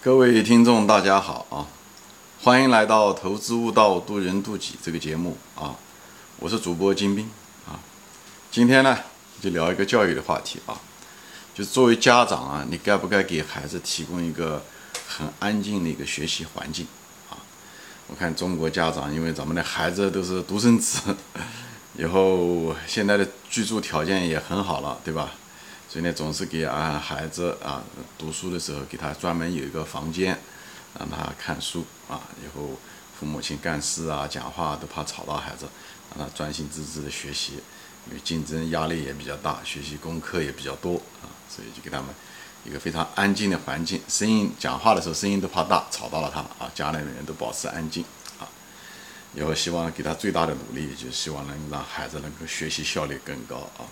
各位听众，大家好啊！欢迎来到《投资悟道，渡人渡己》这个节目啊！我是主播金兵啊。今天呢，就聊一个教育的话题啊，就是作为家长啊，你该不该给孩子提供一个很安静的一个学习环境啊？我看中国家长，因为咱们的孩子都是独生子，以后现在的居住条件也很好了，对吧？所以呢，总是给孩子读书的时候，给他专门有一个房间，让他看书啊。以后父母亲干事讲话都怕吵到孩子，让他专心致志的学习，因为竞争压力也比较大，学习功课也比较多啊，所以就给他们一个非常安静的环境，声音讲话的时候声音都怕大，吵到了他啊。家里面人都保持安静啊。以后希望给他最大的努力，就是希望能让孩子能够学习效率更高啊。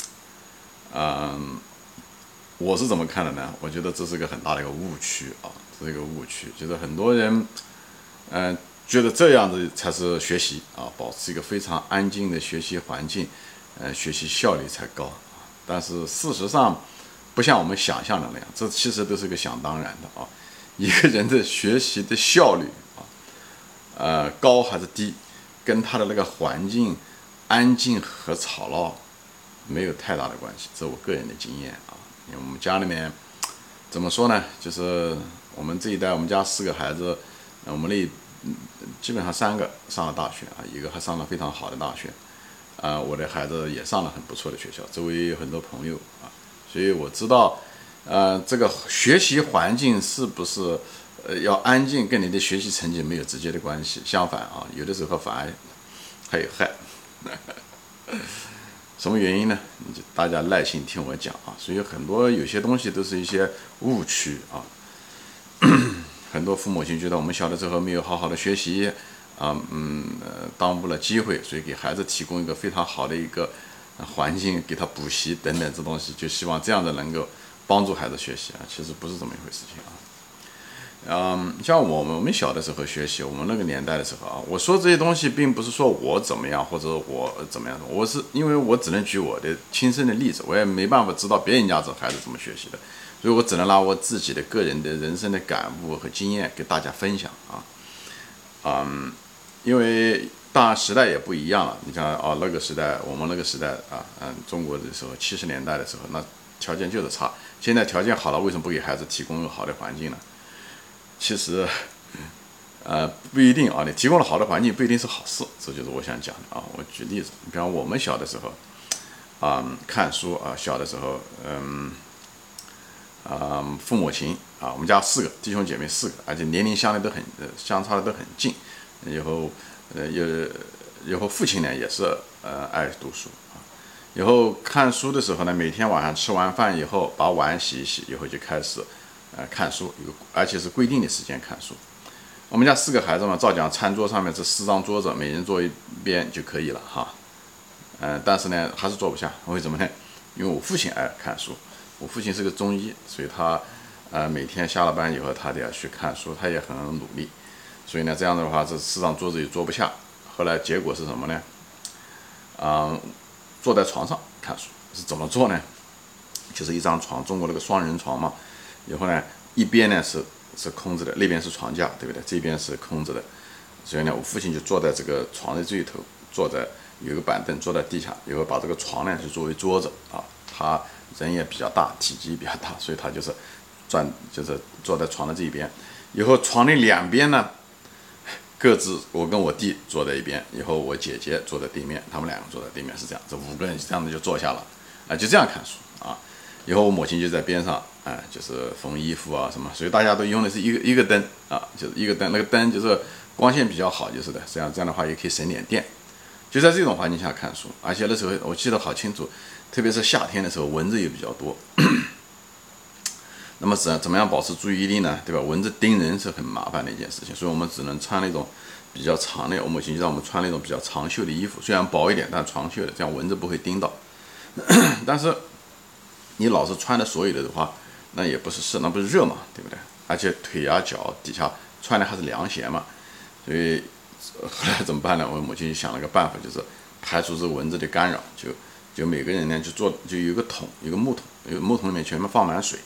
我是怎么看的呢？我觉得这是个很大的一个误区啊，这是一个误区，就是很多人，觉得这样子才是学习啊，保持一个非常安静的学习环境，学习效率才高。但是事实上，不像我们想象的那样，这其实都是个想当然的啊。一个人的学习的效率高还是低，跟他的那个环境安静和吵闹没有太大的关系，这是我个人的经验啊。因为我们家里面怎么说呢，就是我们这一代，我们家4个孩子，我们基本上3个上了大学啊，一个还上了非常好的大学我的孩子也上了很不错的学校，周围有很多朋友啊，所以我知道这个学习环境是不是要安静，跟你的学习成绩没有直接的关系，相反啊，有的时候反而还有害。什么原因呢？你就大家耐心听我讲啊。所以有些东西都是一些误区啊。很多父母亲觉得我们小的时候没有好好的学习耽误了机会，所以给孩子提供一个非常好的一个环境，给他补习等等这东西，就希望这样的能够帮助孩子学习啊。其实不是这么一回事情啊。像我们小的时候学习，我们那个年代的时候我说这些东西，并不是说我怎么样或者我怎么样，我是因为我只能举我的亲身的例子，我也没办法知道别人家这孩子怎么学习的，所以我只能拿我自己的个人的人生的感悟和经验给大家分享因为当然时代也不一样了，你看那个时代，我们那个时代中国的时候70年代的时候，那条件就是差，现在条件好了，为什么不给孩子提供一个好的环境呢？其实，不一定啊。你提供了好的环境，不一定是好事。这就是我想讲的啊。我举例子，比方我们小的时候，看书小的时候，父母亲我们家4个弟兄姐妹4个，而且年龄相差的都很近。以后父亲呢也是爱读书以后看书的时候呢，每天晚上吃完饭以后，把碗洗一洗以后就开始。看书，而且是规定的时间看书。我们家4个孩子嘛，照讲餐桌上面这4张桌子，每人坐一边就可以了哈。但是呢，还是坐不下。为什么呢？因为我父亲爱看书，我父亲是个中医，所以他每天下了班以后，他都要去看书，他也很努力。所以呢，这样的话，这4张桌子也坐不下。后来结果是什么呢？坐在床上看书是怎么做呢？就是一张床，中国那个双人床嘛。以后呢，一边呢是空着的，那边是床架，对不对？这边是空着的，所以呢，我父亲就坐在这个床的这一头，有一个板凳坐在地下，以后把这个床呢就作为桌子他人也比较大，体积比较大，所以他就是坐在床的这一边。以后床的2边呢，各自我跟我弟坐在一边，以后我姐姐坐在对面，他们2个坐在对面，是这样，这5个人这样子就坐下了就这样看书以后我母亲就在边上就是缝衣服什么，所以大家都用的是一个灯就是一个灯，那个灯就是光线比较好，就是的，这样的话也可以省点电。就在这种环境下看书，而且那时候我记得好清楚，特别是夏天的时候，蚊子也比较多。那么怎么样保持注意力呢？对吧？蚊子叮人是很麻烦的一件事情，所以我们只能穿那种比较长的，我母亲就让我们穿那种比较长袖的衣服，虽然薄一点，但长袖的，这样蚊子不会叮到。但是你老是穿的所有的话，那也不是事，那不是热嘛，对不对？而且腿脚底下穿的还是凉鞋嘛，所以后来怎么办呢？我母亲想了个办法，就是排除这个蚊子的干扰，就每个人呢就有一个桶，一个木桶里面全部放满水，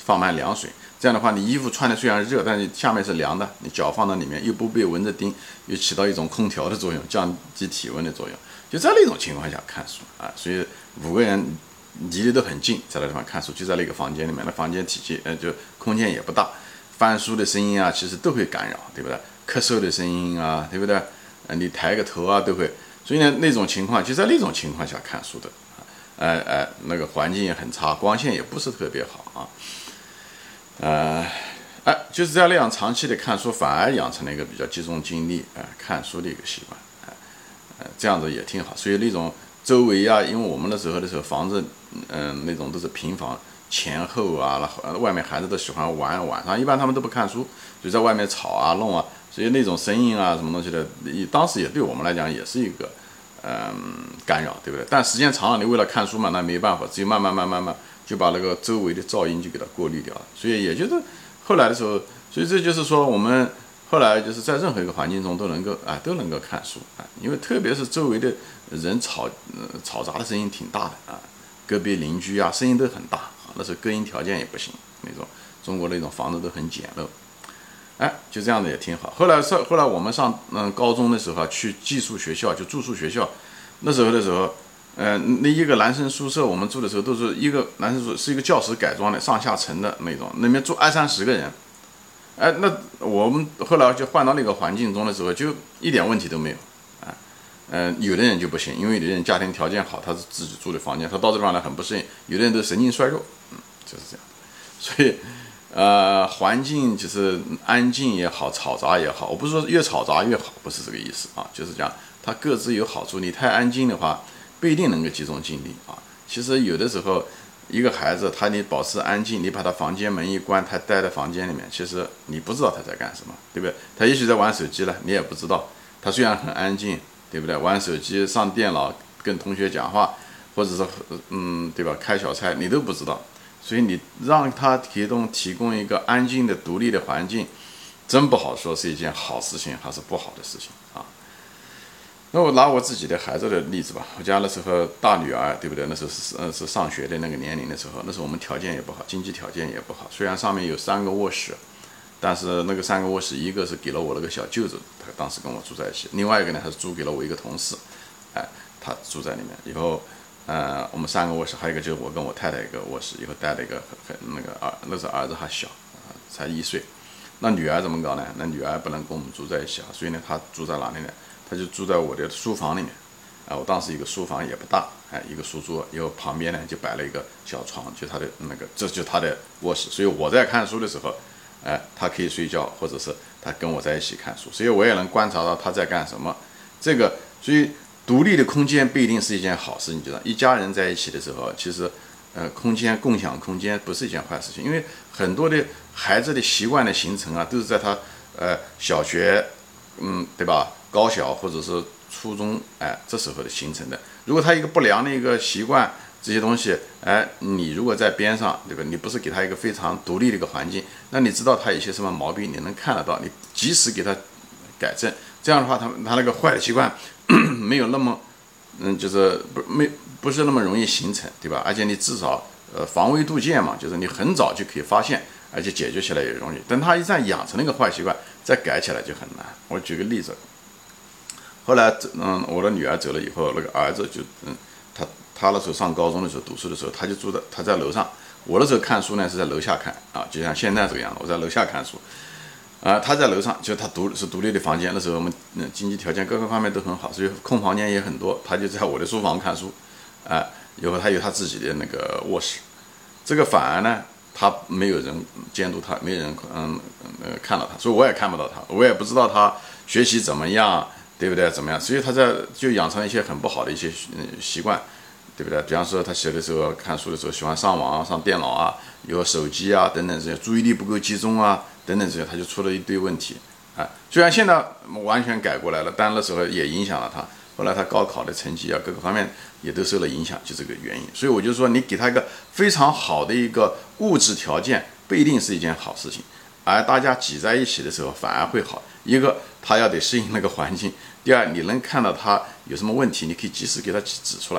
放满凉水。这样的话，你衣服穿的虽然热，但是下面是凉的，你脚放到里面又不被蚊子叮，又起到一种空调的作用，降低体温的作用。就在那种情况下看书啊，所以5个人离得都很近，在那地方看书，就在那个房间里面，那房间体积就空间也不大，翻书的声音啊，其实都会干扰，对不对？咳嗽的声音啊，对不对？你抬个头啊，都会。所以呢，那种情况就在那种情况下看书的，那个环境也很差，光线也不是特别好啊，就是在那样长期的看书，反而养成了一个比较集中精力看书的一个习惯，这样子也挺好。所以那种周围啊，因为我们的时候房子，那种都是平房前后啊，外面孩子都喜欢玩，晚上一般他们都不看书，就在外面吵啊弄啊。所以那种声音啊，什么东西的，当时也对我们来讲也是一个，干扰，对不对？但时间长了，你为了看书嘛，那没办法，只有慢慢就把那个周围的噪音就给它过滤掉了。所以也就是后来的时候，所以这就是说我们后来就是在任何一个环境中都能够看书因为特别是周围的人吵杂的声音挺大的隔壁邻居啊声音都很大那时候隔音条件也不行，那种中国那种房子都很简陋。就这样子也挺好。后来我们上高中的时候去寄宿学校，就住宿学校。那时候，那一个男生宿舍我们住的时候都是一个男生宿舍是一个教室改装的，上下层的那种，里面住20-30个人。那我们后来就换到那个环境中的时候，就一点问题都没有有的人就不行，因为有的人家庭条件好，他是自己住的房间，他到这地方来很不适应。有的人都神经衰弱，就是这样。所以。环境就是安静也好，吵杂也好，我不是说越吵杂越好，不是这个意思就是讲它各自有好处。你太安静的话，不一定能够集中精力其实有的时候，一个孩子你保持安静，你把他房间门一关，他待在房间里面，其实你不知道他在干什么，对不对？他也许在玩手机了，你也不知道。他虽然很安静，对不对？玩手机、上电脑、跟同学讲话，或者是对吧？开小差，你都不知道。所以你让他提供一个安静的、独立的环境，真不好说是一件好事情还是不好的事情那我拿我自己的孩子的例子吧，我家那时候大女儿，对不对？那时候是上学的那个年龄的时候，那时候我们条件也不好，经济条件也不好。虽然上面有3个卧室，但是那个3个卧室，一个是给了我那个小舅子，他当时跟我住在一起；另外一个呢，还是租给了我一个同事，他住在里面以后。我们3个卧室，还有一个就是我跟我太太一个卧室，以后带了一个那时候儿子还小才1岁。那女儿怎么搞呢？那女儿不能跟我们住在一起所以呢，她住在哪里呢？她就住在我的书房里面我当时一个书房也不大一个书桌，以后旁边呢就摆了一个小床，就她的这就是她的卧室。所以我在看书的时候，她可以睡觉，或者是她跟我在一起看书，所以我也能观察到她在干什么。所以。独立的空间不一定是一件好事，你知道，一家人在一起的时候，其实，共享空间不是一件坏事情，因为很多的孩子的习惯的形成都是在他小学，对吧？高小或者是初中，这时候的形成的。如果他一个不良的一个习惯，这些东西，你如果在边上，对吧？你不是给他一个非常独立的一个环境，那你知道他有些什么毛病，你能看得到，你及时给他改正。这样的话，他那个坏的习惯。没有那么，就是不是那么容易形成，对吧？而且你至少防微杜渐嘛，就是你很早就可以发现，而且解决起来也容易。等他一旦养成那个坏习惯，再改起来就很难。我举个例子，后来我的女儿走了以后，那个儿子就他那时候上高中的时候读书的时候，他在楼上，我那时候看书呢是在楼下看就像现在这个样子，我在楼下看书。他在楼上，就他是独立的房间。那时候我们经济条件各个方面都很好，所以空房间也很多。他就在我的书房看书，以后他有他自己的那个卧室。这个反而呢，他没有人监督他，没有人看到他，所以我也看不到他，我也不知道他学习怎么样，对不对？怎么样？所以他就养成了一些很不好的一些习惯，对不对？比方说他写的时候、看书的时候喜欢上网、上电脑有手机等等这些，注意力不够集中等等这些，他就出了一堆问题虽然现在完全改过来了，但那时候也影响了他。后来他高考的成绩各个方面也都受了影响，就这个原因。所以我就说，你给他一个非常好的一个物质条件，不一定是一件好事情，而大家挤在一起的时候反而会好。一个他要得适应那个环境，第二你能看到他有什么问题，你可以及时给他指出来。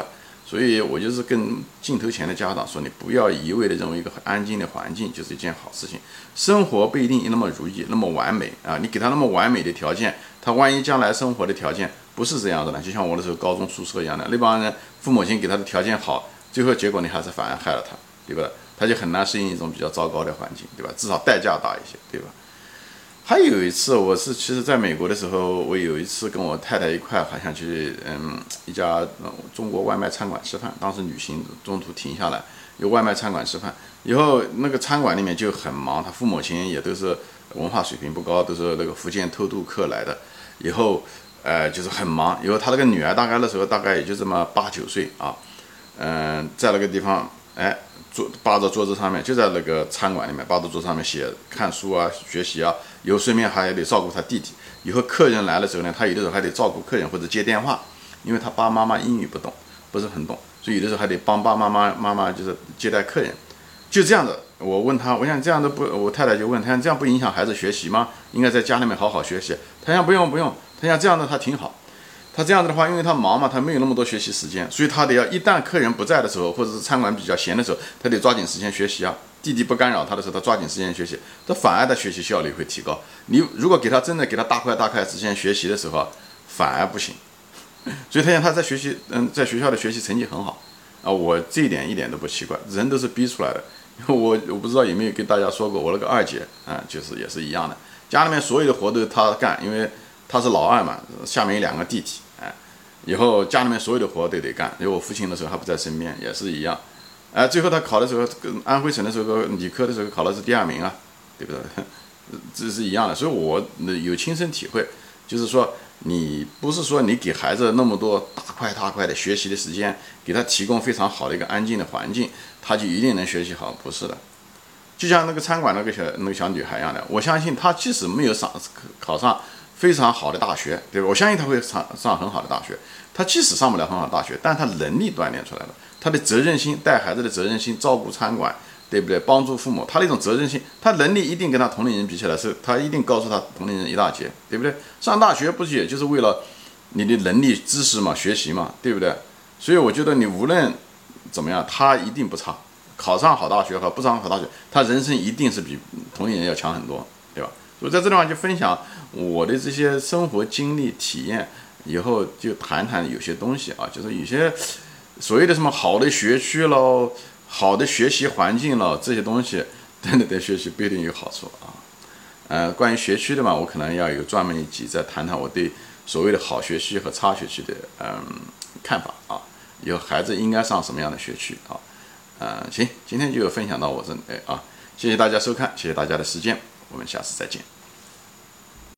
所以我就是跟镜头前的家长说，你不要一味的认为一个很安静的环境就是一件好事情。生活不一定那么如意，那么完美啊！你给他那么完美的条件，他万一将来生活的条件不是这样的呢？就像我的时候高中宿舍一样的，那帮人父母亲给他的条件好，最后结果你还是反而害了他，对吧？他就很难适应一种比较糟糕的环境，对吧？至少代价大一些，对吧？还有一次，其实在美国的时候，我有一次跟我太太一块，好像去一家中国外卖餐馆吃饭。当时旅行中途停下来，有外卖餐馆吃饭。以后那个餐馆里面就很忙，他父母亲也都是文化水平不高，都是那个福建偷渡客来的。以后就是很忙。以后他那个女儿大概那时候大概也就这么8、9岁啊，在那个地方扒着桌子上面，就在那个餐馆里面扒着桌子上面写看书啊、学习啊，以后顺便还得照顾他弟弟。以后客人来的时候呢，他有的时候还得照顾客人或者接电话，因为他爸妈妈英语不懂，不是很懂，所以有的时候还得帮妈妈就是接待客人。就这样子，我问他，我想这样的不，我太太就问他，这样不影响孩子学习吗？应该在家里面好好学习。他想不用，他想这样的他挺好。他这样子的话，因为他忙嘛，他没有那么多学习时间，所以他得要一旦客人不在的时候，或者是餐馆比较闲的时候，他得抓紧时间学习啊。弟弟不干扰他的时候，他抓紧时间学习，他反而的学习效率会提高。你如果真的给他大块时间学习的时候，反而不行。所以他想他在学习，在学校的学习成绩很好啊。我这一点一点都不奇怪，人都是逼出来的。我不知道有没有跟大家说过，我那个二姐就是也是一样的，家里面所有的活都他干，因为他是老二嘛，下面有2个弟弟。以后家里面所有的活都得干，因为我父亲的时候还不在身边，也是一样。最后他考的时候，安徽省的时候理科的时候考的是第2名啊，对不对？这是一样的，所以我有亲身体会，就是说你不是说你给孩子那么多大块的学习的时间，给他提供非常好的一个安静的环境，他就一定能学习好，不是的。就像那个餐馆那个小女孩一样的，我相信她即使没有考上非常好的大学，对吧？我相信她会上很好的大学。她即使上不了很好的大学，但她能力锻炼出来了，她的责任心、带孩子的责任心、照顾餐馆，对不对？帮助父母，她那种责任心，她能力一定跟她同龄人比起来是，她一定高出她同龄人一大截，对不对？上大学不是也就是为了你的能力、知识嘛、学习嘛，对不对？所以我觉得你无论怎么样，她一定不差。考上好大学和不上好大学，他人生一定是比同龄人要强很多，对吧？所以在这地方就分享我的这些生活经历体验，以后就谈谈有些东西啊，就是有些所谓的什么好的学区咯，好的学习环境咯，这些东西真的对学习不一定有好处啊。关于学区的嘛，我可能要有专门一集再谈谈我对所谓的好学区和差学区的看法啊，以后孩子应该上什么样的学区啊？行，今天就分享到我这里啊，谢谢大家收看，谢谢大家的时间，我们下次再见。